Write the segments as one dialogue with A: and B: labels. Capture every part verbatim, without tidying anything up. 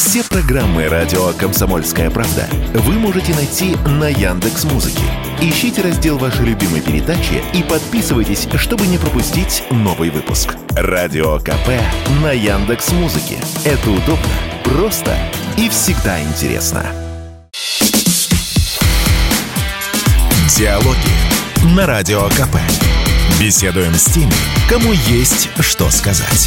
A: Все программы радио «Комсомольская правда» вы можете найти на Яндекс.Музыке. Ищите раздел вашей любимой передачи и подписывайтесь, чтобы не пропустить новый выпуск. Радио КП на Яндекс.Музыке. Это удобно, просто и всегда интересно. Диалоги на Радио КП. Беседуем с теми, кому есть что сказать.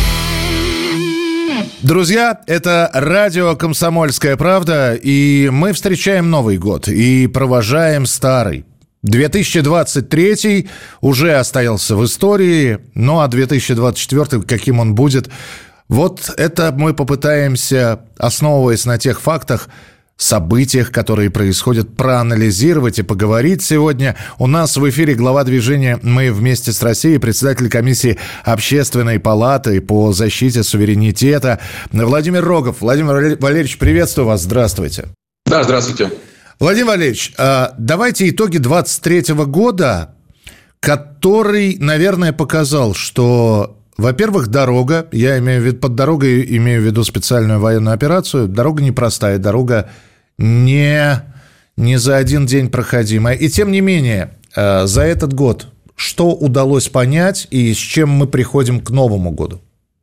B: Друзья, это радио «Комсомольская правда», и мы встречаем Новый год и провожаем старый. две тысячи двадцать третий уже остался в истории, ну а две тысячи двадцать четвёртый, каким он будет, вот это мы попытаемся, основываясь на тех фактах, событиях, которые происходят, проанализировать и поговорить сегодня. У нас в эфире глава движения «Мы вместе с Россией», председатель комиссии Общественной палаты по защите суверенитета Владимир Рогов. Владимир Валерьевич, приветствую вас, здравствуйте.
C: Да, здравствуйте.
B: Владимир Валерьевич, давайте итоги двадцать третьего года, который, наверное, показал, что... Во-первых, дорога, я имею в виду, под дорогой имею в виду специальную военную операцию, дорога непростая, дорога не, не за один день проходимая. И тем не менее, за этот год что удалось понять и с чем мы приходим к Новому году?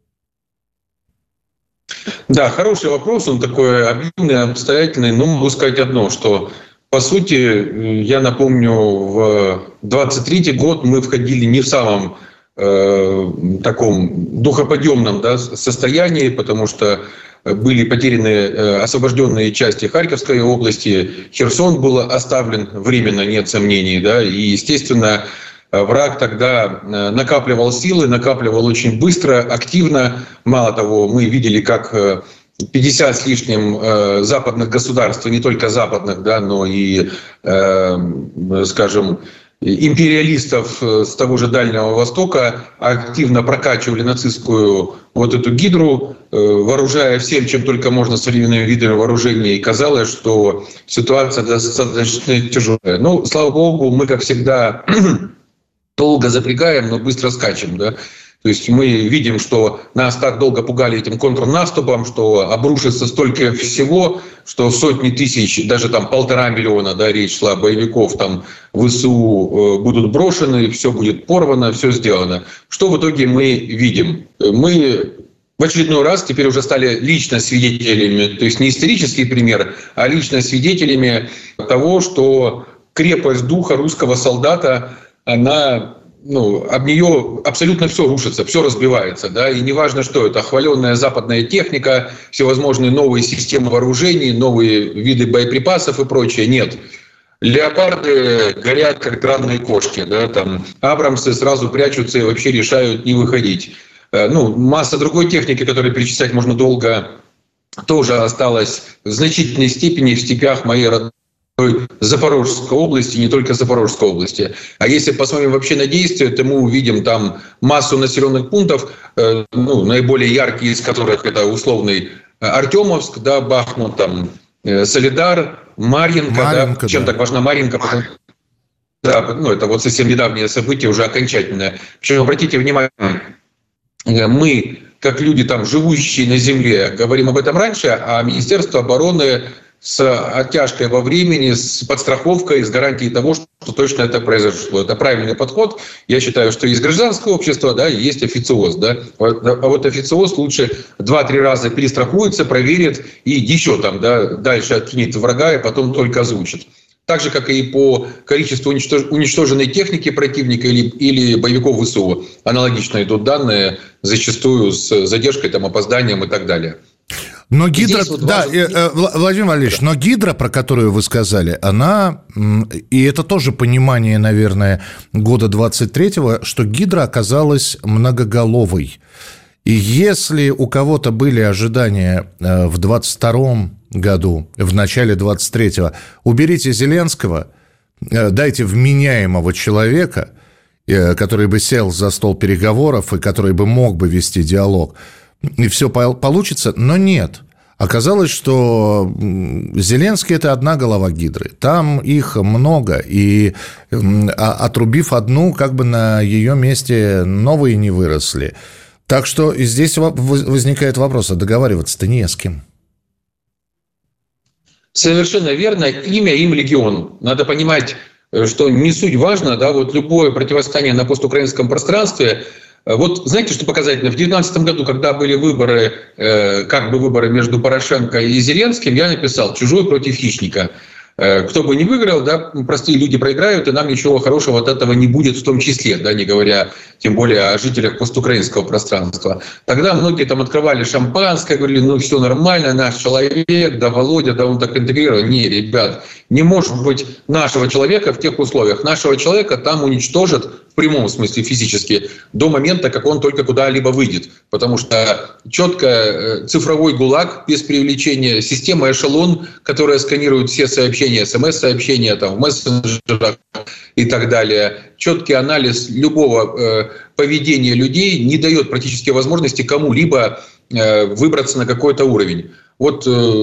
C: Да, хороший вопрос, он такой объемный, обстоятельный, но могу сказать одно, что, по сути, я напомню, в двадцать третий год мы входили не в самом таком духоподъемном, да, состоянии, потому что были потеряны освобожденные части Харьковской области, Херсон был оставлен временно, нет сомнений, да, и, естественно, враг тогда накапливал силы, накапливал очень быстро, активно. Мало того, мы видели, как пятьдесят с лишним западных государств, не только западных, да, но и, скажем, империалистов с того же Дальнего Востока активно прокачивали нацистскую вот эту гидру, вооружая всем, чем только можно, современными видами вооружения. И казалось, что ситуация достаточно тяжелая. Ну, слава богу, мы, как всегда, долго запрягаем, но быстро скачем, да. То есть мы видим, что нас так долго пугали этим контрнаступом, что обрушится столько всего, что сотни тысяч, даже там полтора миллиона, да, речь шла, боевиков там в ВСУ будут брошены, все будет порвано, все сделано. Что в итоге мы видим? Мы в очередной раз теперь уже стали лично свидетелями, то есть не исторический пример, а лично свидетелями того, что крепость духа русского солдата, она... Ну, об нее абсолютно все рушится, все разбивается, да, и неважно, что это, хваленная западная техника, всевозможные новые системы вооружений, новые виды боеприпасов и прочее, нет. Леопарды горят, как драные кошки, да, там, абрамсы сразу прячутся и вообще решают не выходить. Ну, масса другой техники, которую перечислять можно долго, тоже осталась в значительной степени в степях моей родной Запорожской области, не только Запорожской области. А если посмотрим вообще на действия, то мы увидим там массу населенных пунктов, э, ну, наиболее яркие из которых это условный Артемовск, да, Бахмут, там, э, Солидар, Марьинка.
B: Марьинка,
C: да. Чем
B: да.
C: так важна Марьинка? Потому... Да, ну, это вот совсем недавнее событие, уже окончательное. Причем, обратите внимание, мы, как люди, там, живущие на земле, говорим об этом раньше, а Министерство обороны с оттяжкой во времени, с подстраховкой, с гарантией того, что точно это произошло. Это правильный подход. Я считаю, что есть гражданское общество, да, и есть официоз. Да. А вот официоз лучше два-три раза перестрахуется, проверит и еще там, да, дальше откинет врага и потом только озвучит. Так же, как и по количеству уничтож... уничтоженной техники противника или, или боевиков ВСУ. Аналогично идут данные, зачастую с задержкой, там, опозданием и так далее.
B: Но гидра,
C: вот
B: да,
C: важно...
B: э, Владимир Валерьевич, но гидра, про которую вы сказали, она, и это тоже понимание, наверное, года двадцать третьего, что гидра оказалась многоголовой. И если у кого-то были ожидания в двадцать втором году, в начале двадцать третьего, уберите Зеленского, дайте вменяемого человека, который бы сел за стол переговоров и который бы мог бы вести диалог, и все получится, но нет. Оказалось, что Зеленский – это одна голова гидры. Там их много, и отрубив одну, как бы на ее месте новые не выросли. Так что здесь возникает вопрос, а договариваться-то не с кем.
C: Совершенно верно. Имя им легион. Надо понимать, что не суть важно, да, вот любое противостояние на постукраинском пространстве. Вот знаете, что показательно? В две тысячи девятнадцатом году, когда были выборы, э, как бы выборы между Порошенко и Зеленским, я написал «Чужой против хищника». Кто бы ни выиграл, да, простые люди проиграют, и нам ничего хорошего от этого не будет в том числе, да, не говоря тем более о жителях постукраинского пространства. Тогда многие там открывали шампанское, говорили, ну все нормально, наш человек, да, Володя, да, он так интегрирован. Не, ребят, не может быть нашего человека в тех условиях. Нашего человека там уничтожат в прямом смысле физически до момента, как он только куда-либо выйдет. Потому что четко цифровой ГУЛАГ, без привлечения, система эшелон, которая сканирует все сообщения, смс-сообщения там, в мессенджерах и так далее. Четкий анализ любого э, поведения людей не дает практически возможности кому-либо э, выбраться на какой-то уровень. Вот,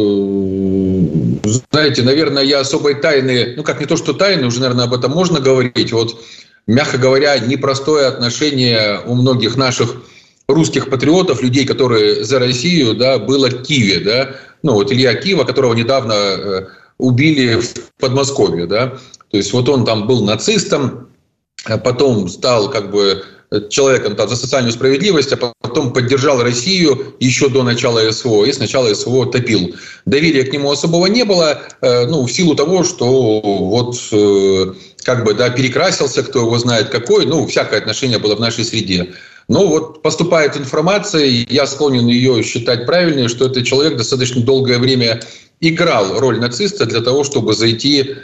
C: э, знаете, наверное, я особой тайны, ну как не то, что тайны, уже, наверное, об этом можно говорить. Вот, мягко говоря, непростое отношение у многих наших русских патриотов, людей, которые за Россию, да, было в Киеве, да. Ну вот Илья Киева, которого недавно э, убили в Подмосковье, да. То есть вот он там был нацистом, а потом стал как бы человеком там за социальную справедливость, а потом поддержал Россию еще до начала СВО, и сначала СВО топил. Доверия к нему особого не было, э, ну, в силу того, что вот э, как бы, да, перекрасился, кто его знает какой, ну, всякое отношение было в нашей среде. Но вот поступает информация, и я склонен ее считать правильной, что этот человек достаточно долгое время играл роль нациста для того, чтобы зайти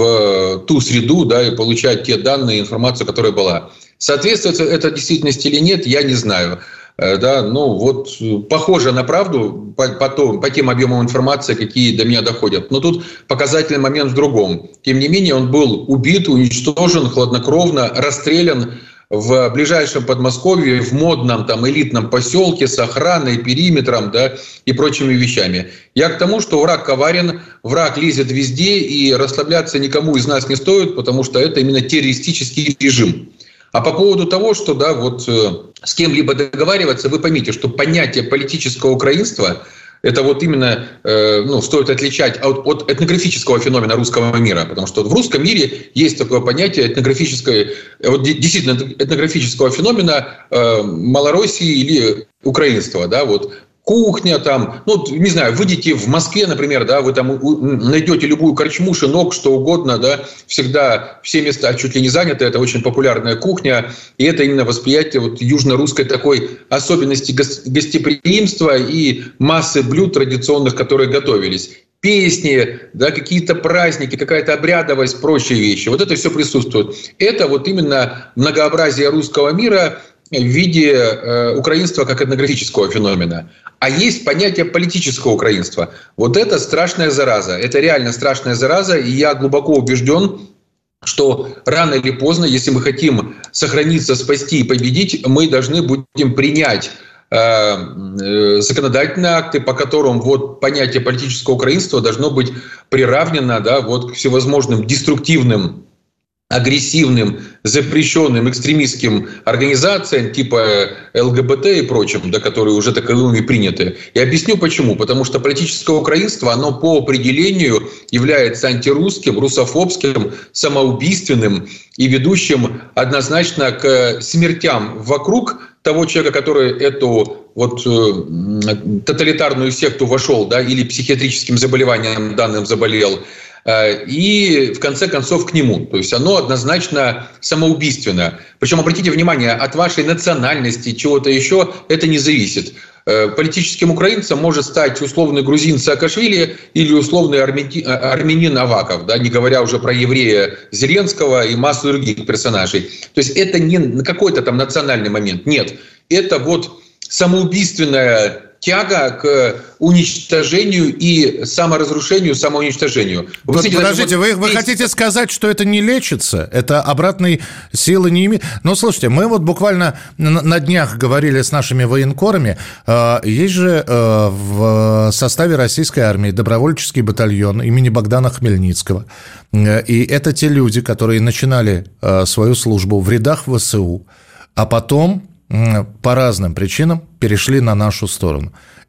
C: в ту среду, да, и получать те данные, информацию, которая была. Соответствует это действительности или нет, я не знаю. Да, ну вот похоже на правду по, по, то, по тем объемам информации, какие до меня доходят. Но тут показательный момент в другом. Тем не менее, он был убит, уничтожен, хладнокровно, расстрелян в ближайшем Подмосковье, в модном там элитном поселке с охраной, периметром, да, и прочими вещами. Я к тому, что враг коварен, враг лезет везде, и расслабляться никому из нас не стоит, потому что это именно террористический режим. А по поводу того, что, да, вот э, с кем-либо договариваться, вы поймите, что понятие политического украинства это вот именно, э, ну, стоит отличать от, от этнографического феномена русского мира, потому что в русском мире есть такое понятие этнографическое, вот действительно этнографического феномена э, Малороссии или украинства, да, вот. Кухня там, ну, не знаю, выйдите в Москве, например, да, вы там найдете любую корчму, шинок, что угодно, да, всегда все места чуть ли не заняты, это очень популярная кухня, и это именно восприятие вот южно-русской такой особенности гостеприимства и массы блюд традиционных, которые готовились. Песни, да, какие-то праздники, какая-то обрядовость, прочие вещи. Вот это все присутствует. Это вот именно многообразие русского мира в виде э, украинства как этнографического феномена. А есть понятие политического украинства. Вот это страшная зараза. Это реально страшная зараза. И я глубоко убежден, что рано или поздно, если мы хотим сохраниться, спасти и победить, мы должны будем принять э, э, законодательные акты, по которым вот понятие политического украинства должно быть приравнено, да, вот к всевозможным деструктивным, агрессивным, запрещенным экстремистским организациям типа ЛГБТ и прочим, да, которые уже таковыми приняты. Я объясню почему. Потому что политическое украинство, оно по определению является антирусским, русофобским, самоубийственным и ведущим однозначно к смертям вокруг того человека, который эту вот э, тоталитарную секту вошел, да, или психиатрическим заболеванием данным заболел, и в конце концов к нему. То есть оно однозначно самоубийственно. Причем, обратите внимание, от вашей национальности, чего-то еще, это не зависит. Политическим украинцем может стать условный грузин Саакашвили или условный армяни... армянин Аваков, да, не говоря уже про еврея Зеленского и массу других персонажей. То есть это не какой-то там национальный момент. Нет, это вот самоубийственная тяга к уничтожению и саморазрушению, самоуничтожению. Вы,
B: вот, подождите, вот вы, вы хотите сказать, что это не лечится? Это обратной силы не имеет? Ну, слушайте, мы вот буквально на днях говорили с нашими военкорами. Есть же в составе российской армии добровольческий батальон имени Богдана Хмельницкого. И это те люди, которые начинали свою службу в рядах ВСУ, а потом по разным причинам перешли на нашу сторону.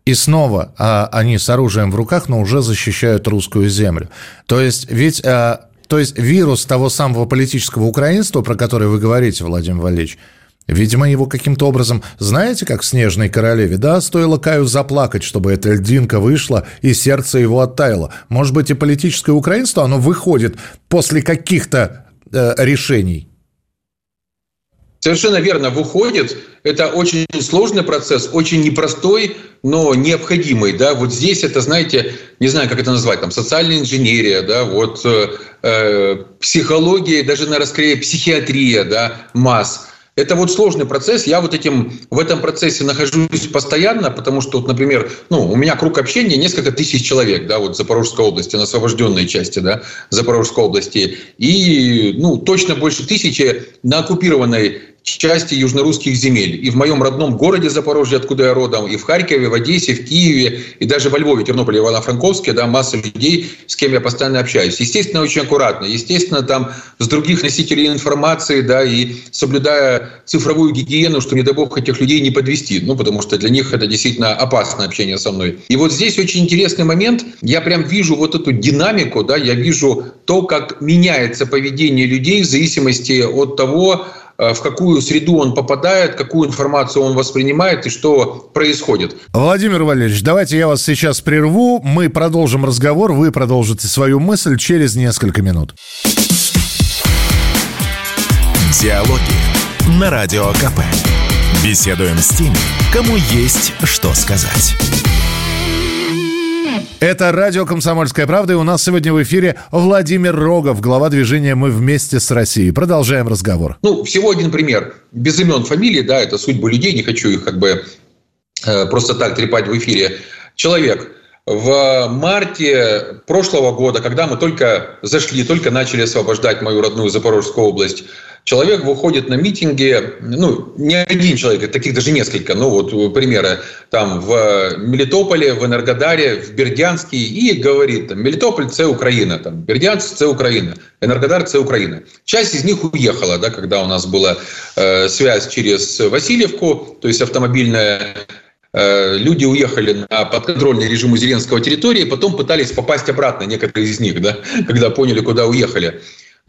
B: И снова а, они с оружием в руках, но уже защищают русскую землю. То есть ведь... А, то есть вирус того самого политического украинства, про который вы говорите, Владимир Валерьевич, видимо, его каким-то образом, знаете, как в «Снежной королеве», да, стоило Каю заплакать, чтобы эта льдинка вышла, и сердце его оттаяло. Может быть, и политическое украинство, оно выходит после каких-то э, решений?
C: Совершенно верно, выходит. Это очень сложный процесс, очень непростой, но необходимый. Да? Вот здесь это, знаете, не знаю, как это назвать, там, социальная инженерия, да, вот, э, психология, даже, наверное, скорее психиатрия, да, масс. Это вот сложный процесс. Я вот этим, в этом процессе нахожусь постоянно, потому что, вот, например, ну, у меня круг общения несколько тысяч человек, да, вот в Запорожской области, на освобожденной части, да, Запорожской области, и, ну, точно больше тысячи на оккупированной части южнорусских земель. И в моем родном городе Запорожье, откуда я родом, и в Харькове, в Одессе, в Киеве, и даже во Львове, Тернополе, Ивано-Франковске, да, масса людей, с кем я постоянно общаюсь. Естественно, очень аккуратно. Естественно, там с других носителей информации, да, и соблюдая цифровую гигиену, что, не дай бог, этих людей не подвести. Ну, потому что для них это действительно опасное общение со мной. И вот здесь очень интересный момент. Я прям вижу вот эту динамику, да, я вижу то, как меняется поведение людей в зависимости от того, в какую среду он попадает, какую информацию он воспринимает и что происходит.
B: Владимир Валерьевич, давайте я вас сейчас прерву. Мы продолжим разговор, вы продолжите свою мысль через несколько минут.
A: Диалоги на Радио КП. Беседуем с теми, кому есть что сказать.
B: Это радио «Комсомольская правда», и у нас сегодня в эфире Владимир Рогов, глава движения «Мы вместе с Россией». Продолжаем разговор.
C: Ну, всего один пример. Без имен, фамилий, да, это судьбы людей, не хочу их как бы э, просто так трепать в эфире. Человек в марте прошлого года, когда мы только зашли, только начали освобождать мою родную Запорожскую область, человек выходит на митинги, ну, не один человек, таких даже несколько, ну, вот примеры, там, в Мелитополе, в Энергодаре, в Бердянске, и говорит, там, Мелитополь – это Украина, там, Бердянск – это Украина, Энергодар – это Украина. Часть из них уехала, да, когда у нас была э, связь через Васильевку, то есть автомобильная. Люди уехали на подконтрольный режиму Зеленского территории, потом пытались попасть обратно, некоторые из них, да, когда поняли, куда уехали.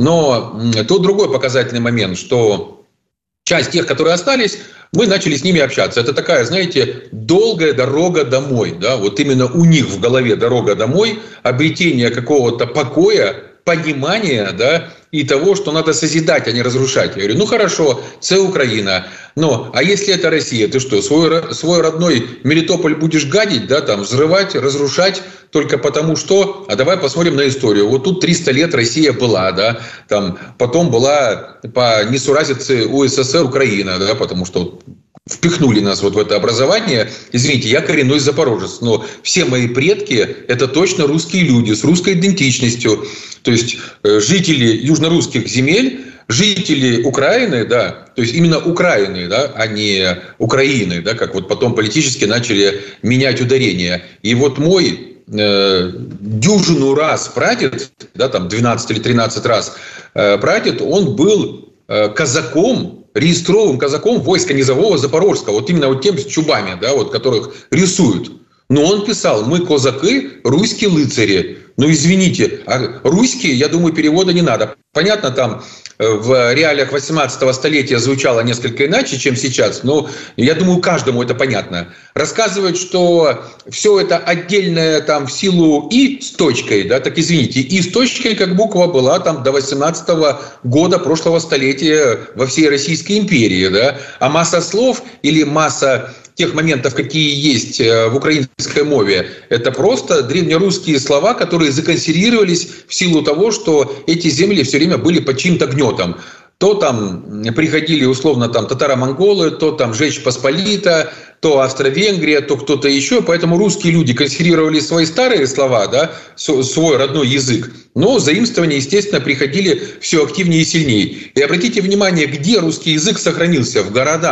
C: Но тут другой показательный момент, что часть тех, которые остались, мы начали с ними общаться. Это такая, знаете, долгая дорога домой. Да? Вот именно у них в голове дорога домой, обретение какого-то покоя, понимания, да, и того, что надо созидать, а не разрушать. Я говорю, ну хорошо, это Украина. Но, а если это Россия, ты что, свой, свой родной Мелитополь будешь гадить, да, там, взрывать, разрушать только потому что... А давай посмотрим на историю. Вот тут триста лет Россия была, да, там, потом была по несуразице УССР Украина, да, потому что впихнули нас вот в это образование. Извините, я коренной запорожец, но все мои предки – это точно русские люди с русской идентичностью. То есть жители южнорусских земель, жители Украины, да, то есть именно Украины, да, а не Украины, да, как вот потом политически начали менять ударение. И вот мой э, дюжину раз прадед, да, там двенадцать или тринадцать раз э, прадед, он был э, казаком, реестровым казаком войска низового Запорожского, вот именно вот тем с чубами, да, вот которых рисуют. Но он писал: мы казаки, русские рыцари. Ну, извините, а русские, я думаю, перевода не надо. Понятно, там в реалиях восемнадцатого столетия звучало несколько иначе, чем сейчас, но я думаю, каждому это понятно. Рассказывают, что все это отдельное там в силу «и» с точкой, да, так извините, «и» с точкой как буква была там до восемнадцатого года прошлого столетия во всей Российской империи, да, а масса слов или масса тех моментов, какие есть в украинской мове, это просто древнерусские слова, которые законсервировались в силу того, что эти земли все время были под чьим-то гнетом. То там приходили условно там татаро-монголы, то там Жечь Посполита, то Австро-Венгрия, то кто-то еще. Поэтому русские люди консервировали свои старые слова, да, свой родной язык. Но заимствования, естественно, приходили все активнее и сильнее. И обратите внимание, где русский язык сохранился? В городах.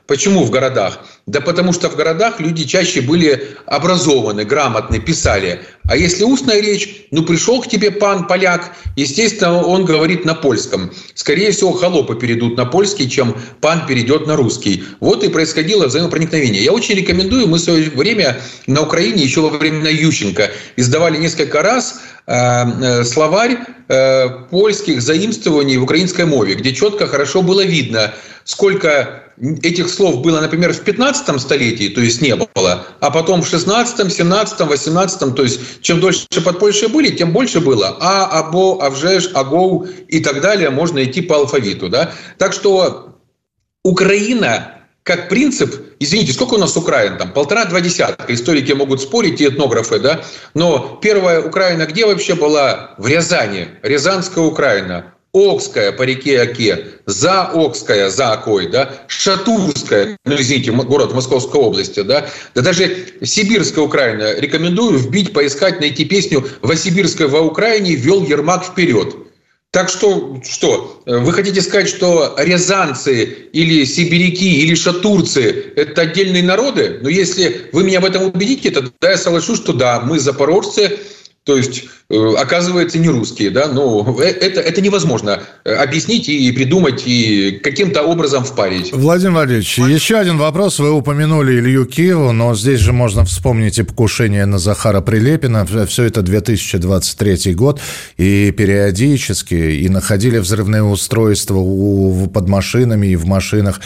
C: Почему в городах? Да потому что в городах люди чаще были образованы, грамотны, писали. А если устная речь, ну пришел к тебе пан поляк, естественно, он говорит на польском. Скорее всего, холопы перейдут на польский, чем пан перейдет на русский. Вот и происходило взаимопроникновение. Я очень рекомендую, мы в свое время на Украине, еще во времена Ющенко, издавали несколько раз э, словарь э, польских заимствований в украинской мове, где четко, хорошо было видно, сколько этих слов было, например, в пятнадцатом столетии, то есть не было, а потом в шестнадцатом, семнадцатом, восемнадцатом, то есть чем дольше под Польшей были, тем больше было. А, або, авжеж, агоу и так далее можно идти по алфавиту. Да? Так что Украина, как принцип, извините, сколько у нас Украин там? Полтора-два десятка. Историки могут спорить и этнографы, да? Но первая Украина где вообще была? В Рязани. Рязанская Украина. Окская по реке Оке, Заокская, за Окой, да, Шатурская, ну, извините, город Московской области, да, да даже Сибирская Украина. Рекомендую вбить, поискать, найти песню «Во-сибирской во Украине вел Ермак вперед». Так что, что, вы хотите сказать, что рязанцы или сибиряки или шатурцы – это отдельные народы? Но если вы меня в этом убедите, тогда я соглашусь, что да, мы запорожцы, то есть, оказывается, не русские, да, но это, это невозможно объяснить и придумать, и каким-то образом впарить.
B: Владимир Владимирович, еще один вопрос. Вы упомянули Илью Киеву, но здесь же можно вспомнить и покушение на Захара Прилепина. Все это две тысячи двадцать третий год, и периодически и находили взрывные устройства у, под машинами и в машинах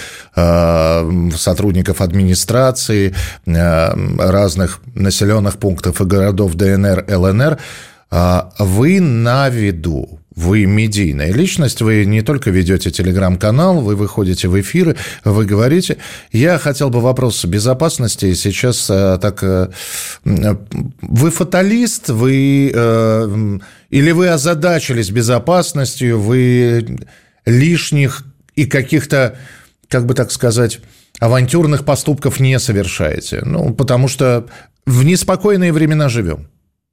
B: э, сотрудников администрации э, разных населенных пунктов и городов ДНР, ЛНР. Вы на виду, вы медийная личность, вы не только ведете телеграм-канал, вы выходите в эфиры, вы говорите. Я хотел бы вопрос безопасности сейчас так... Вы фаталист, вы... Или вы озадачились безопасностью, вы лишних и каких-то, как бы так сказать, авантюрных поступков не совершаете? Ну, потому что в неспокойные времена живем.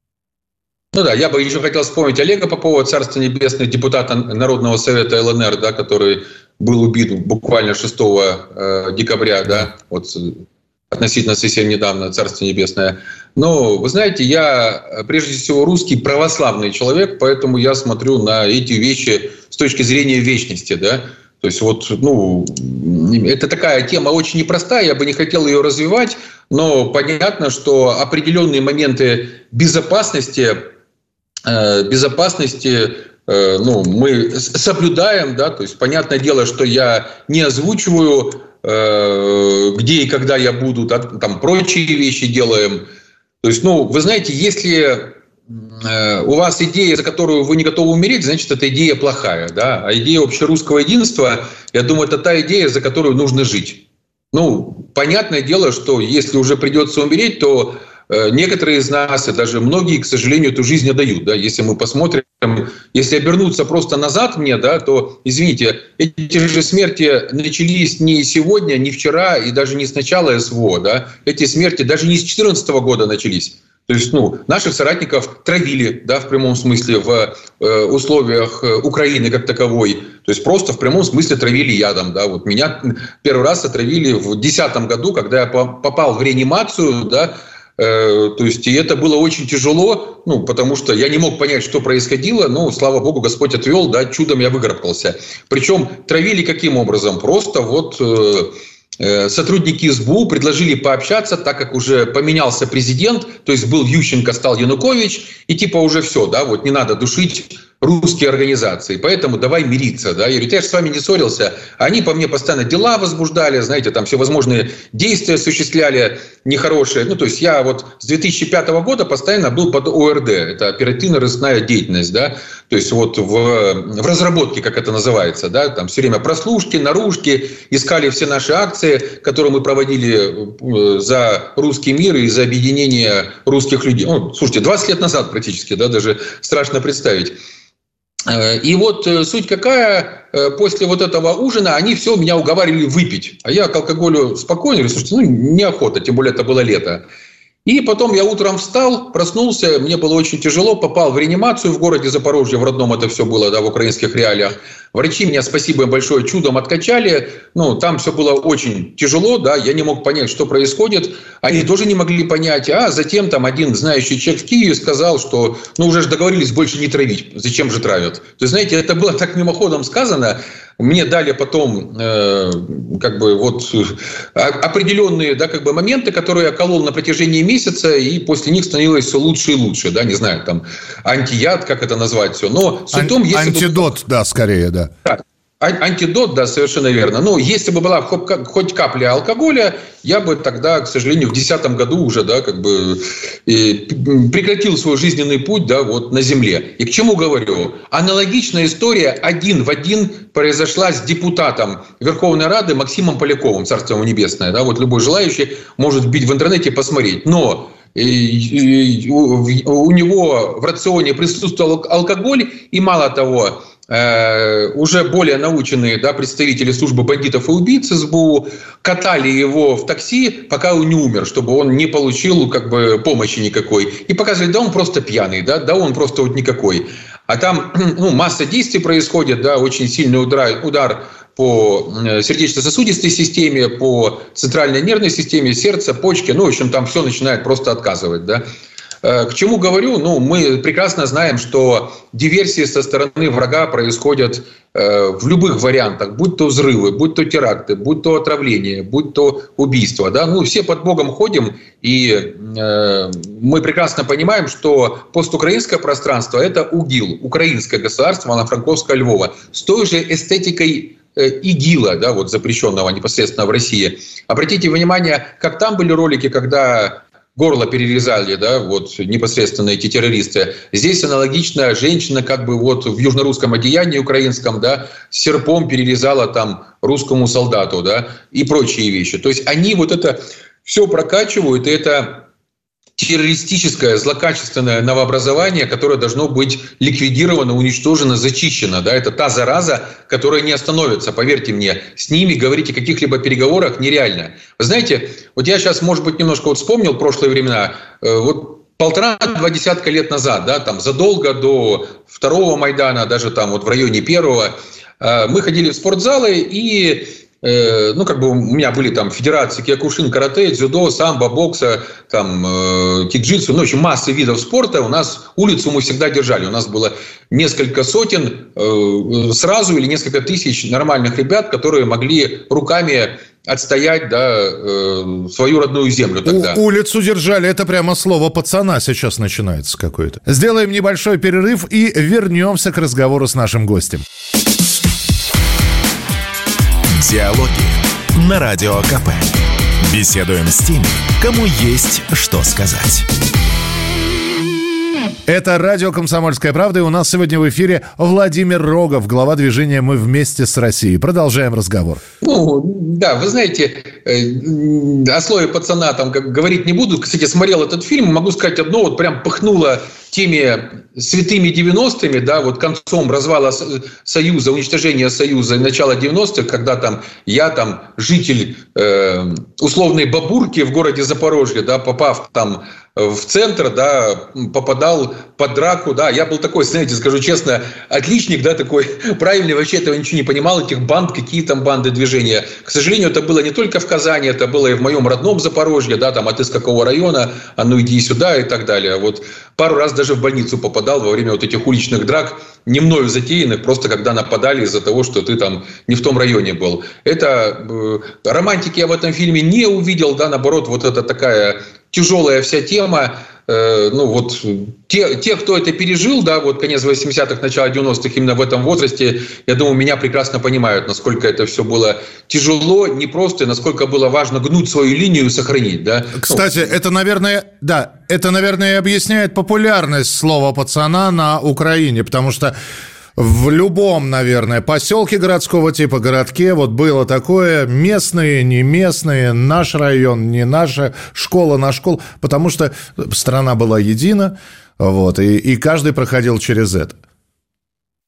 C: Ну да, я бы еще хотел вспомнить Олега Попова, Царство Небесное, депутата Народного совета ЛНР, да, который был убит буквально шестого декабря, да, вот относительно совсем недавно, Царство Небесное. Но, вы знаете, я прежде всего русский православный человек, поэтому я смотрю на эти вещи с точки зрения вечности, да. То есть вот, ну, это такая тема очень непростая, я бы не хотел ее развивать, но понятно, что определенные моменты безопасности, э, безопасности, э, ну, мы соблюдаем, да, то есть понятное дело, что я не озвучиваю, э, где и когда я буду, да, там прочие вещи делаем. То есть, ну, вы знаете, если у вас идея, за которую вы не готовы умереть, значит, эта идея плохая. Да? А идея общерусского единства, я думаю, это та идея, за которую нужно жить. Ну, понятное дело, что если уже придется умереть, то некоторые из нас, и даже многие, к сожалению, эту жизнь отдают. Да? Если мы посмотрим, если обернуться просто назад мне, да, то, извините, эти же смерти начались не сегодня, не вчера и даже не с начала СВО. Да? Эти смерти даже не с две тысячи четырнадцатого года начались. То есть, ну, наших соратников травили, да, в прямом смысле, в э, условиях Украины как таковой. То есть просто в прямом смысле травили ядом. Да. Вот меня первый раз отравили в две тысячи десятом году, когда я попал в реанимацию, да, э, то есть и это было очень тяжело, ну, потому что я не мог понять, что происходило, но, слава богу, Господь отвел, да, чудом я выграбкался. Причем травили каким образом? Просто вот... Э, Сотрудники СБУ предложили пообщаться, так как уже поменялся президент, то есть был Ющенко, стал Янукович, и типа уже все, да, вот не надо душить русские организации, поэтому давай мириться, да. Я говорю, я же с вами не ссорился, они по мне постоянно дела возбуждали, знаете, там всевозможные действия осуществляли нехорошие. Ну, то есть я вот с две тысячи пятого года постоянно был под ОРД, это оперативно-розыскная деятельность, да, то есть вот в, в разработке, как это называется, да, там все время прослушки, наружки, искали все наши акции, которые мы проводили за русский мир и за объединение русских людей. Ну, слушайте, двадцать лет назад практически, да, даже страшно представить. И вот суть какая, после вот этого ужина они все меня уговаривали выпить. А я к алкоголю спокойно, говорю, слушайте, ну неохота, тем более это было лето. И потом я утром встал, проснулся, мне было очень тяжело, попал в реанимацию в городе Запорожье, в родном это все было, да, в украинских реалиях. Врачи меня, спасибо им большое, чудом откачали, ну, там все было очень тяжело, да, я не мог понять, что происходит, они тоже не могли понять, а затем там один знающий человек в Киеве сказал, что, ну, уже же договорились больше не травить, зачем же травят? То есть, знаете, это было так мимоходом сказано. Мне дали потом э, как бы вот определенные, да, как бы моменты, которые я колол на протяжении месяца, и после них становилось все лучше и лучше, да, не знаю, там антияд, как это назвать все, но суть в том, если
B: антидот,
C: бы...
B: да, скорее, да.
C: Так. Антидот, да, совершенно верно. Но если бы была хоть капля алкоголя, я бы тогда, к сожалению, в две тысячи десятом году уже, да, как бы прекратил свой жизненный путь, да, вот на земле. И к чему говорю? Аналогичная история один в один произошла с депутатом Верховной Рады Максимом Поляковым, царство ему небесное, да, вот любой желающий может вбить в интернете и посмотреть. Но у него в рационе присутствовал алкоголь, и мало того, уже более наученные, да, представители службы бандитов и убийц СБУ катали его в такси, пока он не умер, чтобы он не получил как бы помощи никакой. И показывали, да он просто пьяный, да, да он просто вот никакой. А там, ну, масса действий происходит, да, очень сильный удар, удар по сердечно-сосудистой системе, по центральной нервной системе, сердце, почки, ну, в общем, там все начинает просто отказывать, да. К чему говорю? Ну, мы прекрасно знаем, что диверсии со стороны врага происходят э, в любых вариантах, будь то взрывы, будь то теракты, будь то отравление, будь то убийство. Да? Ну, все под Богом ходим, и э, мы прекрасно понимаем, что постукраинское пространство – это УГИЛ, украинское государство, Ивано-Франковское, Львова, с той же эстетикой ИГИЛа, да, вот запрещенного непосредственно в России. Обратите внимание, как там были ролики, когда горло перерезали, да, вот непосредственно эти террористы. Здесь аналогично женщина как бы вот в южнорусском одеянии украинском, да, серпом перерезала там русскому солдату, да, и прочие вещи. То есть они вот это все прокачивают, и это террористическое, злокачественное новообразование, которое должно быть ликвидировано, уничтожено, зачищено. Да? Это та зараза, которая не остановится. Поверьте мне, с ними говорить о каких-либо переговорах нереально. Вы знаете, вот я сейчас, может быть, немножко вот вспомнил прошлые времена. Вот полтора-два десятка лет назад, да, там, задолго до второго Майдана, даже там вот в районе первого, мы ходили в спортзалы и... Ну, как бы у меня были там федерации киокушин, карате, дзюдо, самбо, бокса, там, э, кикджитсу, ну, в общем, масса видов спорта. У нас улицу мы всегда держали. У нас было несколько сотен э, сразу или несколько тысяч нормальных ребят, которые могли руками отстоять, да, э, свою родную землю тогда.
B: У, улицу держали, это прямо слово пацана сейчас начинается какое-то. Сделаем небольшой перерыв и вернемся к разговору с нашим гостем.
A: Диалоги на Радио КП. Беседуем с теми, кому есть что сказать.
B: Это радио «Комсомольская правда», и у нас сегодня в эфире Владимир Рогов, глава движения «Мы вместе с Россией». Продолжаем разговор.
C: Ну, да, вы знаете, о слове пацана там как говорить не буду. Кстати, смотрел этот фильм, могу сказать одно, вот прям пыхнуло теми святыми девяностыми, да, вот концом развала Союза, уничтожения Союза и начала девяностых, когда там я, там, житель э, условной Бабурки в городе Запорожье, да, попав там в центр, да, попадал под драку, да, я был такой, знаете, скажу честно, отличник, да, такой правильный, вообще этого ничего не понимал, этих банд, какие там банды движения. К сожалению, это было не только в Казани, это было и в моем родном Запорожье, да, там, а ты с какого района, а ну иди сюда и так далее. Вот пару раз даже в больницу попадал во время вот этих уличных драк, не мною затеянных, просто когда нападали из-за того, что ты там не в том районе был. Это э, романтики я в этом фильме не увидел, да, наоборот, вот это такая тяжелая вся тема. Э, ну вот те, те, кто это пережил, да, вот конец восьмидесятых, начало девяностых, именно в этом возрасте, я думаю, меня прекрасно понимают, насколько это все было тяжело, непросто, и насколько было важно гнуть свою линию и сохранить, да.
B: Кстати, ну, это, наверное, да, это, наверное, и объясняет популярность слова «пацана» на Украине, потому что в любом, наверное, поселке городского типа, городке вот было такое: местные, не местные, наш район, не наша, школа на школу, потому что страна была едина, вот, и, и каждый проходил через это.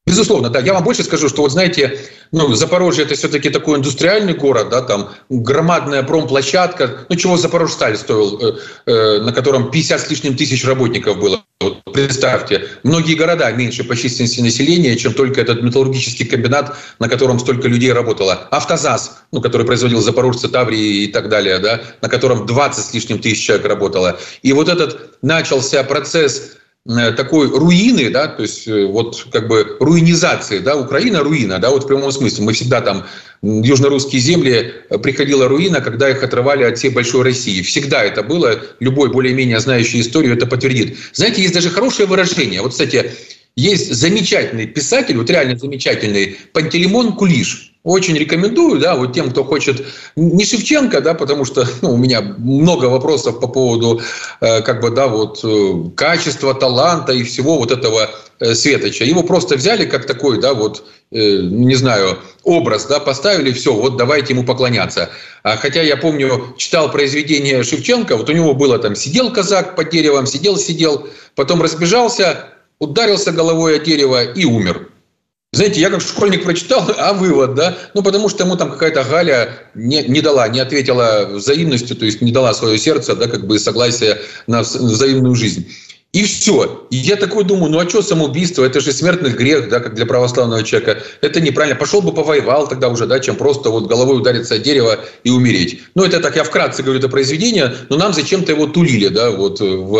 C: Безусловно, да. Я вам больше скажу, что вот знаете, ну, Запорожье — это все-таки такой индустриальный город, да, там громадная промплощадка, ну, чего Запорожсталь стоил, э, э, на котором пятьдесят с лишним тысяч работников было. Вот представьте, многие города меньше по численности населения, чем только этот металлургический комбинат, на котором столько людей работало. Автозас, ну, который производил запорожцы, Таврии и так далее, да, на котором двадцать с лишним тысяч человек работало. И вот этот начался процесс такой руины, да, то есть вот как бы руинизации, да, Украина руина, да, вот в прямом смысле. Мы всегда там, южнорусские земли, приходила руина, когда их отрывали от всей большой России. Всегда это было, любой более-менее знающий историю это подтвердит. Знаете, есть даже хорошее выражение. Вот, кстати, есть замечательный писатель, вот реально замечательный, Пантелеймон Кулиш. Очень рекомендую, да, вот тем, кто хочет, не Шевченко, да, потому что ну, у меня много вопросов по поводу, э, как бы, да, вот, э, качества, таланта и всего вот этого э, светоча. Его просто взяли как такой, да, вот, э, не знаю, образ, да, поставили, все, вот давайте ему поклоняться. А, хотя я помню, читал произведение Шевченко, вот у него было там, сидел казак под деревом, сидел-сидел, потом разбежался, ударился головой о дерево и умер. Знаете, я как школьник прочитал, а вывод, да? Ну, потому что ему там какая-то Галя не, не дала, не ответила взаимностью, то есть не дала свое сердце, да, как бы согласие на взаимную жизнь. И все. И я такой думаю, ну а что самоубийство? Это же смертный грех, да, как для православного человека. Это неправильно. Пошел бы повоевал тогда уже, да, чем просто вот головой удариться о дерево и умереть. Ну, это так я вкратце говорю, это произведение, но нам зачем-то его тулили, да, вот в,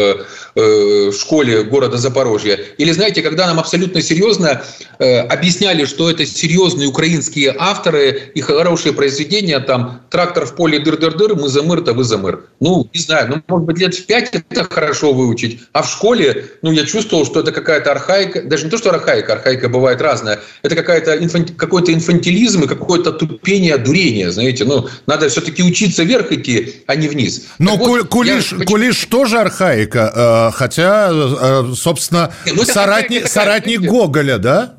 C: э, в школе города Запорожья. Или, знаете, когда нам абсолютно серьезно э, объясняли, что это серьезные украинские авторы и хорошие произведения, там, «Трактор в поле дыр-дыр-дыр», «Мы за мыр-то, вы за мыр». Ну, не знаю, ну, может быть, лет в пять это хорошо выучить, а в школе В школе, ну, я чувствовал, что это какая-то архаика, даже не то, что архаика, архаика бывает разная, это какая-то инфанти, какой-то инфантилизм и какое-то тупение, дурение, знаете, ну, надо все-таки учиться вверх идти, а не вниз.
B: Но вот, Кулиш, я... Кулиш тоже архаика, хотя, собственно, ну, соратник, соратник Гоголя, да?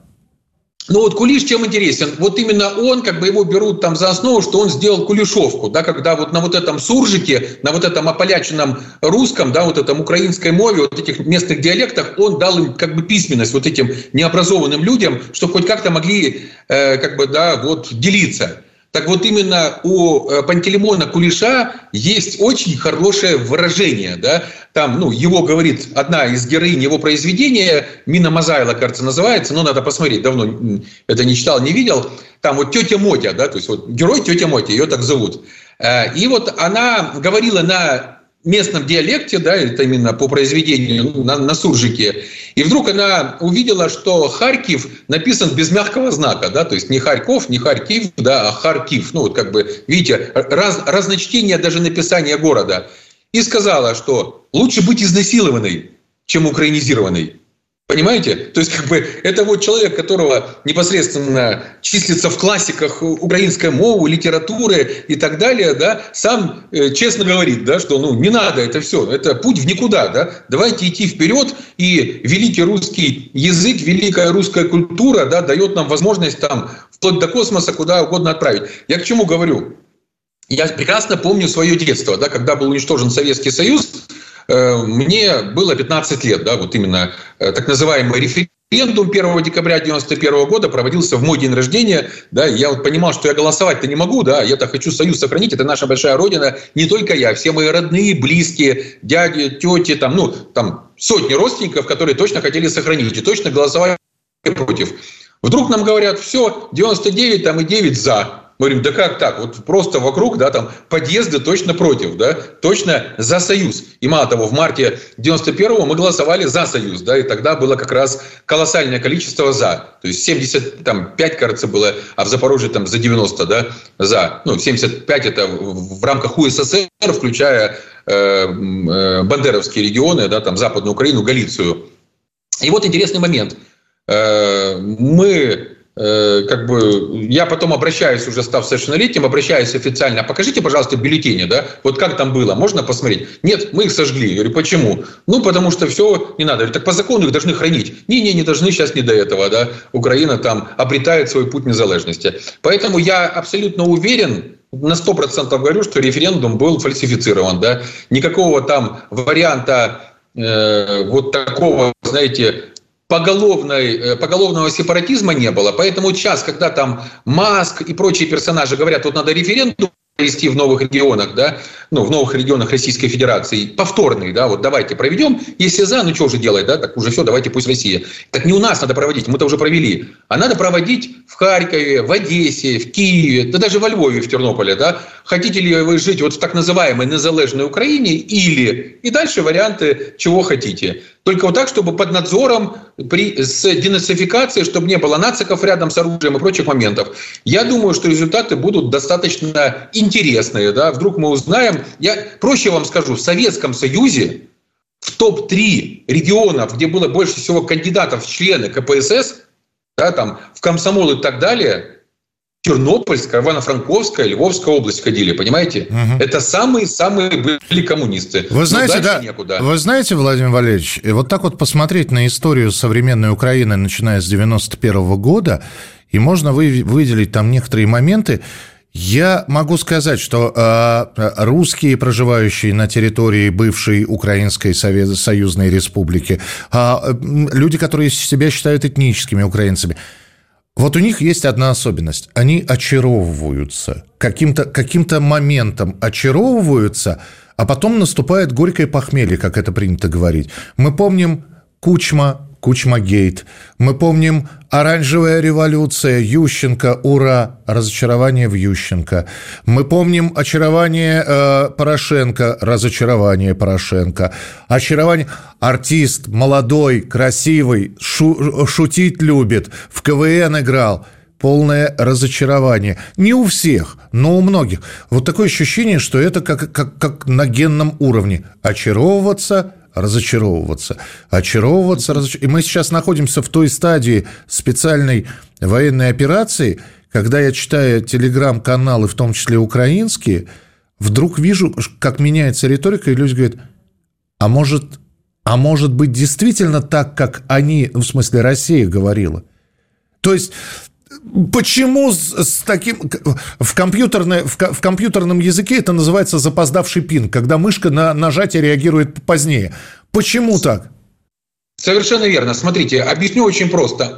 C: Ну вот Кулиш чем интересен? Вот именно он, как бы его берут там за основу, что он сделал кулишовку, да, когда вот на вот этом суржике, на вот этом ополяченном русском, да, вот этом украинской мове, вот этих местных диалектах, он дал им как бы письменность вот этим необразованным людям, чтобы хоть как-то могли, э, как бы, да, вот делиться. Так вот именно у Пантелеймона Кулиша есть очень хорошее выражение, да, там, ну, его говорит одна из героинь его произведения, Мина Мазайло, кажется, называется, но надо посмотреть, давно это не читал, не видел, там вот тетя Мотя, да, то есть вот герой тетя Мотя, ее так зовут, и вот она говорила на местном диалекте, да, это именно по произведению на, на суржике. И вдруг она увидела, что Харьков написан без мягкого знака, да, то есть не Харьков, не Харьков, да, а Харьков. Ну, вот как бы, видите, раз, разночтение даже написания города. И сказала, что лучше быть изнасилованной, чем украинизированной. Понимаете? То есть, как бы, это вот человек, которого непосредственно числится в классиках украинской мовы, литературы и так далее, да, сам э, честно говорит, да, что, ну, не надо это все, это путь в никуда, да, давайте идти вперед, и великий русский язык, великая русская культура, да, дает нам возможность там вплоть до космоса куда угодно отправить. Я к чему говорю? Я прекрасно помню свое детство, да, когда был уничтожен Советский Союз. Мне было пятнадцать лет, да, вот именно так называемый референдум первого декабря девяносто первого года проводился в мой день рождения, да, и я вот понимал, что я голосовать-то не могу, да, я-то хочу Союз сохранить, это наша большая родина, не только я, все мои родные, близкие, дяди, тети, там, ну, там сотни родственников, которые точно хотели сохранить и точно голосовали против. Вдруг нам говорят, все, девяносто девять там, и девять за. Мы говорим, да как так? Вот просто вокруг, да, там подъезды точно против, да, точно за Союз. И мало того, в марте девяносто первого мы голосовали за Союз, да, и тогда было как раз колоссальное количество за. То есть семьдесят пять, кажется, было, а в Запорожье там за девяносто, да, за. Ну, семьдесят пять это в рамках УССР, включая э, э, бандеровские регионы, да, там Западную Украину, Галицию. И вот интересный момент. Э, мы... как бы, я потом обращаюсь, уже став совершеннолетним, обращаюсь официально, а покажите, пожалуйста, бюллетени, да, вот как там было, можно посмотреть? Нет, мы их сожгли. Я говорю, почему? Ну, потому что все, не надо. Я говорю, так по закону их должны хранить. Не-не, не должны, сейчас не до этого, да, Украина там обретает свой путь незалежности. Поэтому я абсолютно уверен, на сто процентов говорю, что референдум был фальсифицирован, да, никакого там варианта э, вот такого, знаете, поголовной, поголовного сепаратизма не было. Поэтому сейчас, когда там Маск и прочие персонажи говорят, вот надо референдум провести в новых регионах, да, ну, в новых регионах Российской Федерации, повторный, да, вот давайте проведем, если за, ну, что уже делать, да, так уже все, давайте пусть Россия. Так не у нас надо проводить, мы-то уже провели, а надо проводить в Харькове, в Одессе, в Киеве, да даже во Львове, в Тернополе, да. Хотите ли вы жить вот в так называемой незалежной Украине или, и дальше варианты, чего хотите. Только вот так, чтобы под надзором, при, с денацификацией, чтобы не было нациков рядом с оружием и прочих моментов. Я думаю, что результаты будут достаточно интересные. Да? Вдруг мы узнаем... Я проще вам скажу, в Советском Союзе в топ три регионов, где было больше всего кандидатов в члены ка пэ эс эс, да, там, в комсомол и так далее... Тернопольская, Ивано-Франковская, Львовская область ходили, понимаете? Угу. Это самые-самые были коммунисты.
B: Вы знаете, да, некуда. Вы знаете, Владимир Валерьевич, вот так вот посмотреть на историю современной Украины, начиная с девяносто первого года, и можно вы, выделить там некоторые моменты. Я могу сказать, что э, русские, проживающие на территории бывшей Украинской Совет, Союзной Республики, э, люди, которые себя считают этническими украинцами, вот у них есть одна особенность. Они очаровываются. Каким-то, каким-то моментом очаровываются, а потом наступает горькое похмелье, как это принято говорить. Мы помним Кучма, Кучма-гейт. Мы помним оранжевая революция, Ющенко, ура, разочарование в Ющенко. Мы помним очарование э, Порошенко, разочарование Порошенко. Очарование... Артист молодой, красивый, шу, шутить любит, в ка вэ эн играл. Полное разочарование. Не у всех, но у многих. Вот такое ощущение, что это как, как, как на генном уровне. Очаровываться, разочаровываться. Очаровываться, разочаровываться. И мы сейчас находимся в той стадии специальной военной операции, когда я читаю телеграм-каналы, в том числе украинские, вдруг вижу, как меняется риторика, и люди говорят, а может... А может быть, действительно так, как они, в смысле, Россия говорила? То есть, почему с, с таким... В, компьютерной, в, в компьютерном языке это называется запоздавший пинг, когда мышка на нажатие реагирует позднее. Почему так?
C: Совершенно верно. Смотрите, объясню очень просто.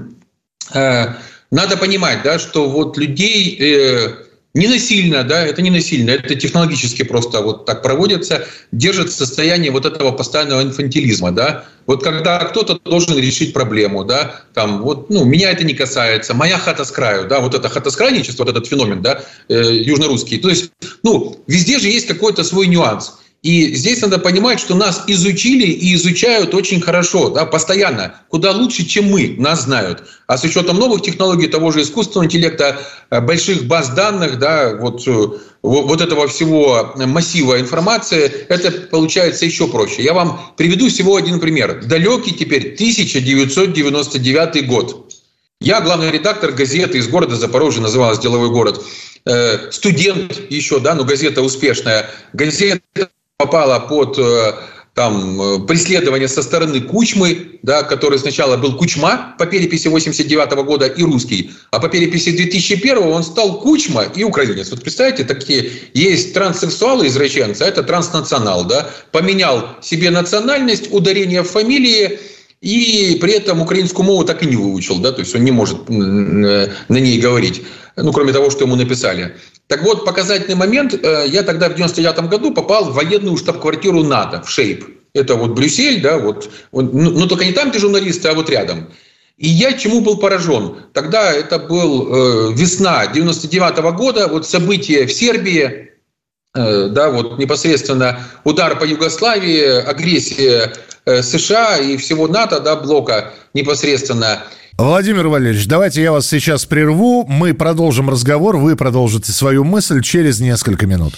C: Надо понимать, да, что вот людей... Не насильно, да, это не насильно, это технологически просто вот так проводится, держит состояние вот этого постоянного инфантилизма, да. Вот когда кто-то должен решить проблему, да, там, вот, ну, меня это не касается, моя хата с краю, да, вот это хатоскрайничество, вот этот феномен, да, э, южнорусский. То есть, ну, везде же есть какой-то свой нюанс. И здесь надо понимать, что нас изучили и изучают очень хорошо, да, постоянно, куда лучше, чем мы, нас знают. А с учетом новых технологий, того же искусственного интеллекта, больших баз данных, да, вот, вот этого всего массива информации, это получается еще проще. Я вам приведу всего один пример. Далекий теперь тысяча девятьсот девяносто девятый год. Я главный редактор газеты из города Запорожье, называлась «Деловой город». Студент еще, да, но газета успешная. Газета попала под там, преследование со стороны Кучмы, да, который сначала был Кучма по переписи восемьдесят девятого года и русский, а по переписи две тысячи первого он стал Кучма и украинец. Вот представьте, такие есть транссексуалы, извращенцы, а это транснационал, да, поменял себе национальность, ударение в фамилии, и при этом украинскую мову так и не выучил, да, то есть он не может на ней говорить, ну, кроме того, что ему написали. Так вот, показательный момент, я тогда в девяносто девятом году попал в военную штаб-квартиру НАТО, в Шейп. Это вот Брюссель, да, вот, ну, ну, только не там, где журналисты, а вот рядом. И я чему был поражен? Тогда это был э, весна девяносто девятого года, вот события в Сербии, э, да, вот непосредственно удар по Югославии, агрессия э, США и всего НАТО, да, блока непосредственно.
B: Владимир Валерьевич, давайте я вас сейчас прерву, мы продолжим разговор, вы продолжите свою мысль через несколько минут.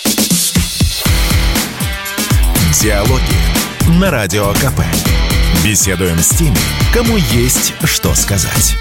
A: Диалоги на Радио КП. Беседуем с теми, кому есть что сказать.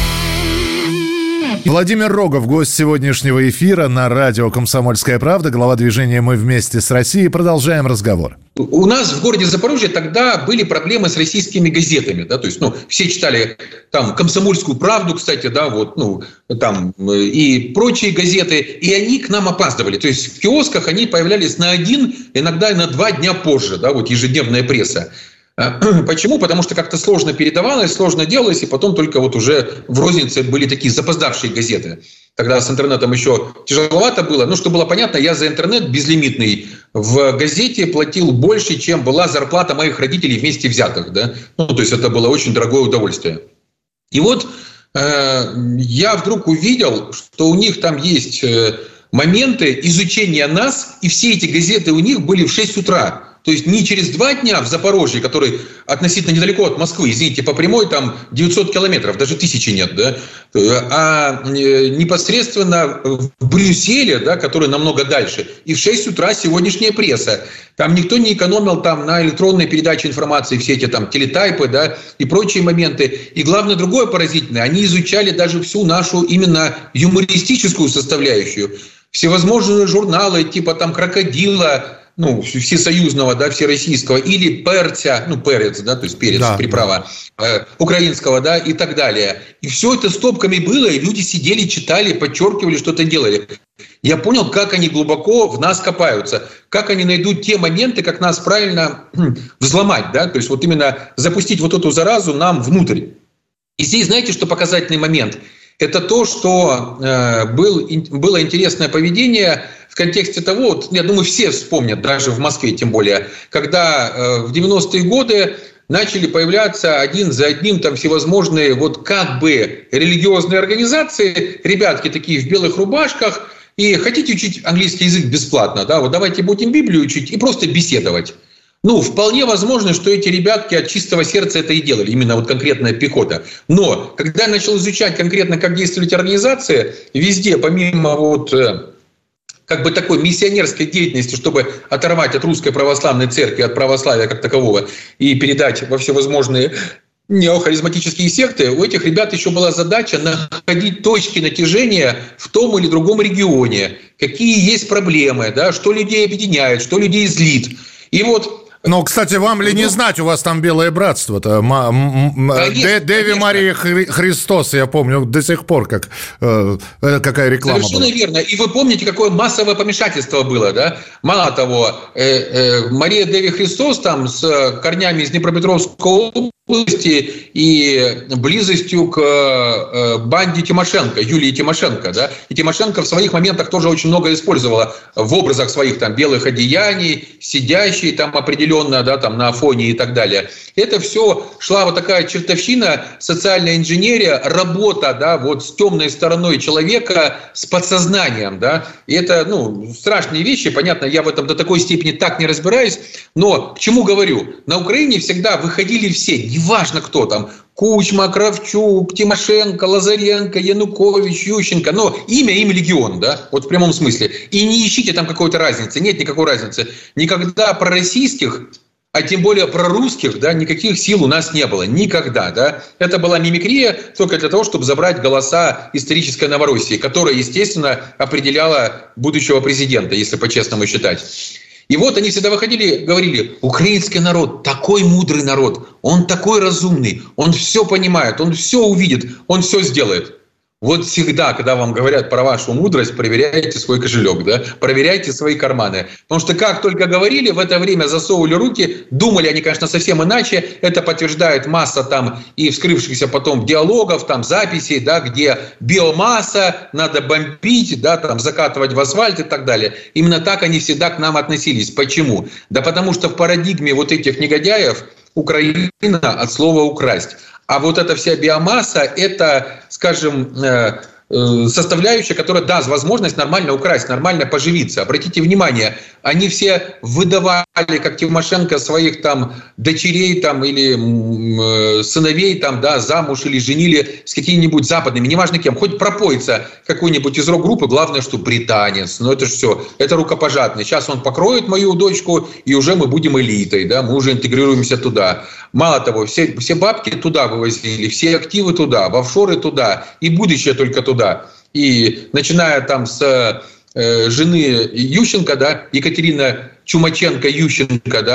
B: Владимир Рогов, гость сегодняшнего эфира на радио «Комсомольская правда», глава движения «Мы вместе с Россией». Продолжаем разговор.
C: У нас в городе Запорожье тогда были проблемы с российскими газетами, да, то есть, ну, все читали там «Комсомольскую правду», кстати, да, вот, ну, там, и прочие газеты, и они к нам опаздывали, то есть в киосках они появлялись на один, иногда и на два дня позже, да, вот ежедневная пресса. Почему? Потому что как-то сложно передавалось, сложно делалось, и потом только вот уже в рознице были такие запоздавшие газеты. Тогда с интернетом еще тяжеловато было. Ну, чтобы было понятно, я за интернет безлимитный в газете платил больше, чем была зарплата моих родителей вместе взятых. Да? Ну, то есть это было очень дорогое удовольствие. И вот э, я вдруг увидел, что у них там есть э, моменты изучения нас, и все эти газеты у них были в шесть утра. То есть не через два дня в Запорожье, который относительно недалеко от Москвы, извините, по прямой там девятьсот километров, даже тысячи нет, да, а непосредственно в Брюсселе, да, который намного дальше, и в шесть утра сегодняшняя пресса. Там никто не экономил там на электронной передаче информации, все эти там телетайпы, да, и прочие моменты. И главное, другое поразительное, они изучали даже всю нашу именно юмористическую составляющую. Всевозможные журналы типа там «Крокодила», ну, всесоюзного, да, всероссийского, или перця, ну, перец, да, то есть перец, да, приправа, э, украинского, да, и так далее. И все это стопками было, и люди сидели, читали, подчеркивали, что-то делали. Я понял, как они глубоко в нас копаются, как они найдут те моменты, как нас правильно взломать, да, то есть вот именно запустить вот эту заразу нам внутрь. И здесь, знаете, что показательный момент? Это то, что э, был, было интересное поведение в контексте того, вот, я думаю, все вспомнят, даже в Москве тем более, когда э, в девяностые годы начали появляться один за одним там всевозможные вот как бы религиозные организации, ребятки такие в белых рубашках, и хотите учить английский язык бесплатно, да, вот давайте будем Библию учить и просто беседовать. Ну, вполне возможно, что эти ребятки от чистого сердца это и делали, именно вот конкретная пехота. Но когда я начал изучать конкретно, как действуют эти организации, везде, помимо вот как бы такой миссионерской деятельности, чтобы оторвать от русской православной церкви, от православия как такового и передать во всевозможные неохаризматические секты, у этих ребят еще была задача находить точки натяжения в том или другом регионе, какие есть проблемы, да, что людей объединяет, что людей злит. И вот...
B: Но, кстати, вам ли не знать, у вас там Белое Братство-то, конечно, Деви Мария Христос, я помню, до сих пор как э, какая реклама
C: Совершенно
B: была.
C: верно. И вы помните, какое массовое помешательство было, да? Мало того, э, э, Мария Деви Христос там с корнями из Днепропетровской области и близостью к э, банде Тимошенко, Юлии Тимошенко, да? И Тимошенко в своих моментах тоже очень много использовала в образах своих там белых одеяний, сидящей там определенно, да, там на Афоне и так далее. Это все шла вот такая чертовщина, социальная инженерия, работа, да, вот с темной стороной человека, с подсознанием, да. И это, ну, страшные вещи, понятно, я в этом до такой степени так не разбираюсь, но к чему говорю? На Украине всегда выходили все, неважно кто там, Кучма, Кравчук, Тимошенко, Лазаренко, Янукович, Ющенко. Но имя им легион, да, вот в прямом смысле. И не ищите там какой-то разницы. Нет никакой разницы. Никогда пророссийских, а тем более прорусских, да, никаких сил у нас не было. Никогда, да. Это была мимикрия только для того, чтобы забрать голоса исторической Новороссии, которая, естественно, определяла будущего президента, если по-честному считать. И вот они всегда выходили, говорили, украинский народ такой мудрый народ, он такой разумный, он все понимает, он все увидит, он все сделает. Вот всегда, когда вам говорят про вашу мудрость, проверяйте свой кошелек, да? Проверяйте свои карманы. Потому что как только говорили, в это время засовывали руки, думали они, конечно, совсем иначе. Это подтверждает масса там и вскрывшихся потом диалогов, там записей, да, где биомасса, надо бомбить, да, там закатывать в асфальт и так далее. Именно так они всегда к нам относились. Почему? Да потому что в парадигме вот этих негодяев Украина от слова «украсть». А вот эта вся биомасса – это, скажем, составляющая, которая даст возможность нормально украсть, нормально поживиться. Обратите внимание, они все выдавали, как Тимошенко, своих там дочерей там, или сыновей там, да, замуж или женили с какими-нибудь западными, неважно кем, хоть пропоится какой-нибудь из рок-группы, главное, что британец. Но это же все, это рукопожатный. Сейчас он покроет мою дочку, и уже мы будем элитой, да, мы уже интегрируемся туда. Мало того, все, все бабки туда вывозили, все активы туда, в офшоры туда, и будущее только туда. И начиная там с э, жены Ющенко, да, Екатерина Чумаченко-Ющенко, да,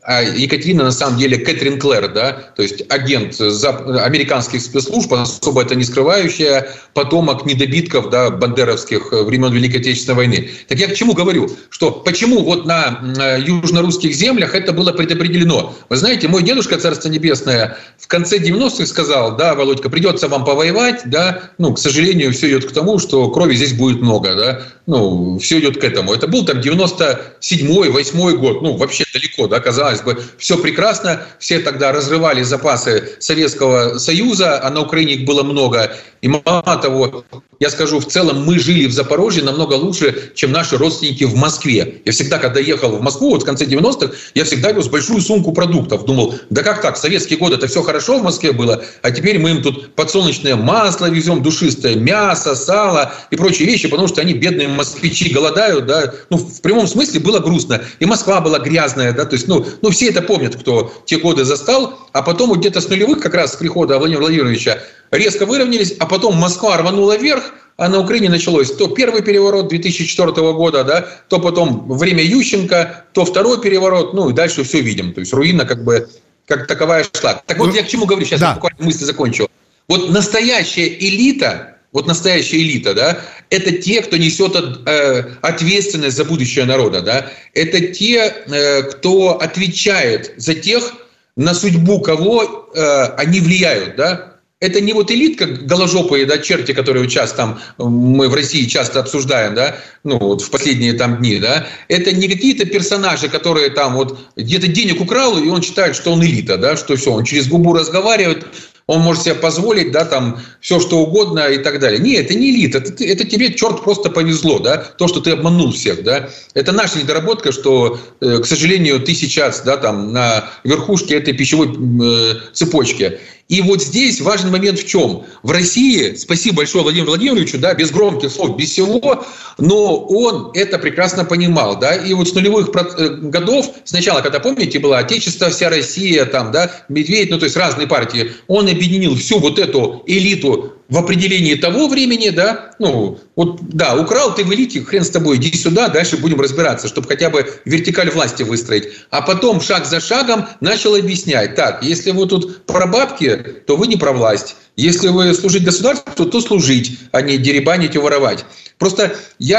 C: а Екатерина, на самом деле, Кэтрин Клэр, да, то есть агент американских спецслужб, особо это не скрывающая, потомок недобитков, да, бандеровских времен Великой Отечественной войны. Так я к чему говорю? Что почему вот на южно-русских землях это было предопределено? Вы знаете, мой дедушка, Царство Небесное, в конце девяностых сказал: да, Володька, придется вам повоевать, да, ну, к сожалению, все идет к тому, что крови здесь будет много, да, ну, все идет к этому. Это был там девяносто седьмой, восьмой год, ну, вообще далеко, да, казалось бы, все прекрасно, все тогда разрывали запасы Советского Союза, а на Украине их было много. И мало того, я скажу, в целом мы жили в Запорожье намного лучше, чем наши родственники в Москве. Я всегда, когда ехал в Москву, вот в конце девяностых, я всегда вез большую сумку продуктов. Думал, да как так, в советские годы это все хорошо в Москве было, а теперь мы им тут подсолнечное масло везем, душистое мясо, сало и прочие вещи, потому что они, бедные москвичи, голодают, да. Ну, в прямом смысле было грустно. И Москва была грязная, да, то есть, ну, ну все это помнят, кто те годы застал, а потом вот где-то с нулевых, как раз с прихода Владимира Владимировича, резко выровнялись, а потом Москва рванула вверх, а на Украине началось то первый переворот две тысячи четвёртого года, да, то потом время Ющенко, то второй переворот, ну и дальше все видим. То есть руина как бы как таковая шла. Так вот я к чему говорю, сейчас да. я буквально мысли закончу. Вот настоящая элита, вот настоящая элита, да, это те, кто несет э, ответственность за будущее народа, да, это те, э, кто отвечает за тех, на судьбу кого э, они влияют, да. Это не вот элитка голожопые, да, черти, которые сейчас там мы в России часто обсуждаем, да, ну вот в последние там дни, да. Это не какие-то персонажи, которые там вот где-то денег украл, и он считает, что он элита, да, что все, он через губу разговаривает, он может себе позволить, да, там, все что угодно и так далее. Нет, это не элита, это, это тебе, черт, просто повезло, да, то, что ты обманул всех, да. Это наша недоработка, что, э, к сожалению, ты сейчас, да, там, на верхушке этой пищевой э, цепочки. И вот здесь важный момент в чем? В России, спасибо большое Владимиру Владимировичу, да, без громких слов, без всего, но он это прекрасно понимал, да, и вот с нулевых годов, сначала, когда, помните, была Отечество, вся Россия, там, да, Медведь, ну, то есть разные партии, он объединил всю вот эту элиту в определении того времени, да, ну, вот, да, украл ты в элите, хрен с тобой, иди сюда, дальше будем разбираться, чтобы хотя бы вертикаль власти выстроить. А потом шаг за шагом начал объяснять, так, если вы тут про бабки, то вы не про власть. Если вы служить государству, то служить, а не деребанить и воровать. Просто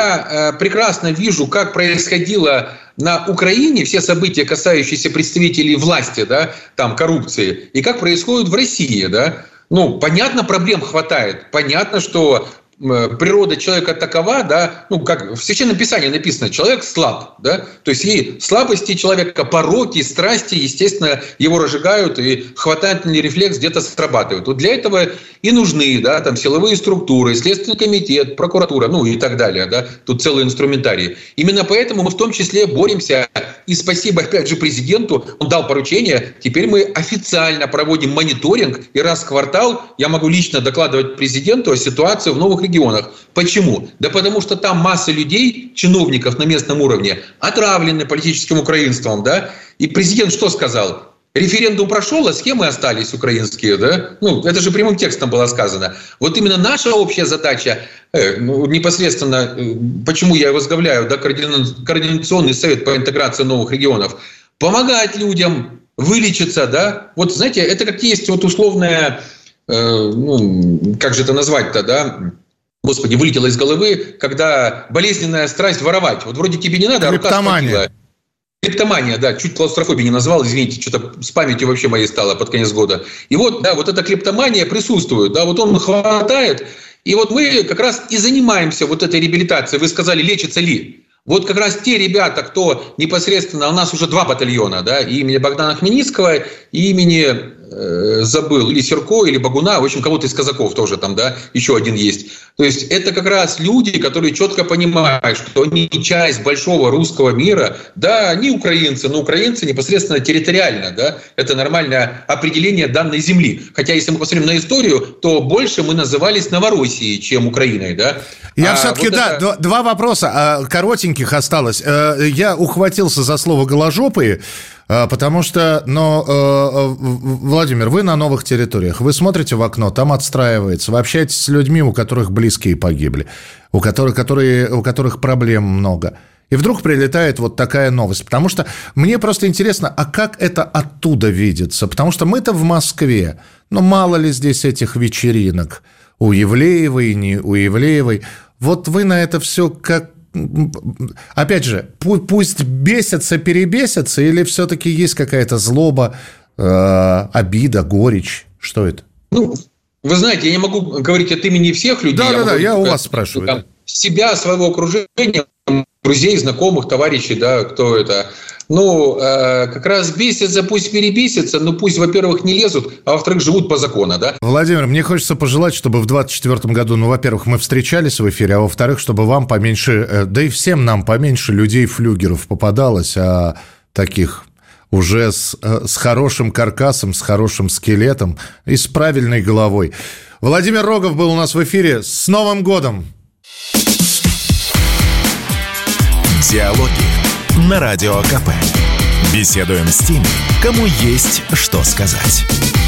C: я э, прекрасно вижу, как происходило на Украине все события, касающиеся представителей власти, да, там, коррупции, и как происходит в России, да. Ну, понятно, проблем хватает. Понятно, что природа человека такова, да, ну, как в Священном Писании написано, человек слаб, да, то есть и слабости человека, пороки, страсти, естественно, его разжигают, и хватательный рефлекс где-то срабатывает. Вот для этого и нужны, да, там, силовые структуры, Следственный комитет, прокуратура, ну, и так далее, да, тут целый инструментарий. Именно поэтому мы в том числе боремся, и спасибо, опять же, президенту, он дал поручение, теперь мы официально проводим мониторинг, и раз в квартал я могу лично докладывать президенту о ситуации в новых регионах. Почему? Да потому что там масса людей, чиновников на местном уровне, отравлены политическим украинством, да? И президент что сказал? Референдум прошел, а схемы остались украинские, да? Ну, это же прямым текстом было сказано. Вот именно наша общая задача, э, ну, непосредственно, э, почему я возглавляю, да, координационный совет по интеграции новых регионов, помогать людям вылечиться, да? Вот, знаете, это как есть вот условная, э, ну, как же это назвать-то, да? Господи, вылетело из головы, когда болезненная страсть воровать. Вот вроде тебе не надо, а рука схватила. Клептомания, да, чуть клаустрофобию не назвал, извините, что-то с памятью вообще моей стало под конец года. И вот, да, вот эта клептомания присутствует, да, вот он хватает, и вот мы как раз и занимаемся вот этой реабилитацией. Вы сказали, лечится ли? Вот как раз те ребята, кто непосредственно, у нас уже два батальона, да, и имени Богдана Хмельницкого, и имени, э, забыл, или Серко, или Багуна, в общем, кого-то из казаков тоже там, да, еще один есть. То есть это как раз люди, которые четко понимают, что они часть большого русского мира, да, они украинцы, но украинцы непосредственно территориально, да, это нормальное определение данной земли. Хотя, если мы посмотрим на историю, то больше мы назывались Новороссией, чем Украиной, да.
B: Я
C: а
B: все-таки,
C: вот
B: да, это... два вопроса, коротеньких осталось. Я ухватился за слово «голожопые», потому что, но, Владимир, вы на новых территориях, вы смотрите в окно, там отстраивается, вы общаетесь с людьми, у которых близкие погибли, у которых, которые, у которых проблем много. И вдруг прилетает вот такая новость. Потому что мне просто интересно, а как это оттуда видится? Потому что мы-то в Москве, но мало ли здесь этих вечеринок. У Ивлеевой, не у Ивлеевой. Вот вы на это все как... Опять же, пусть бесятся, перебесятся, или все-таки есть какая-то злоба, э, обида, горечь? Что это?
C: Ну, вы знаете, я не могу говорить от имени всех людей.
B: Да-да-да, я,
C: я
B: у вас спрашиваю.
C: Там,
B: да.
C: Себя, своего окружения, друзей, знакомых, товарищей, да, кто это. Ну, э, как раз бесятся, пусть перебесятся, но пусть, во-первых, не лезут, а во-вторых, живут по закону, да.
B: Владимир, мне хочется пожелать, чтобы в двадцать четвёртом году, ну, во-первых, мы встречались в эфире, а во-вторых, чтобы вам поменьше, да и всем нам поменьше людей-флюгеров попадалось, а таких уже с, с хорошим каркасом, с хорошим скелетом и с правильной головой. Владимир Рогов был у нас в эфире. С Новым годом!
A: Диалоги на Радио КП. Беседуем с теми, кому есть что сказать.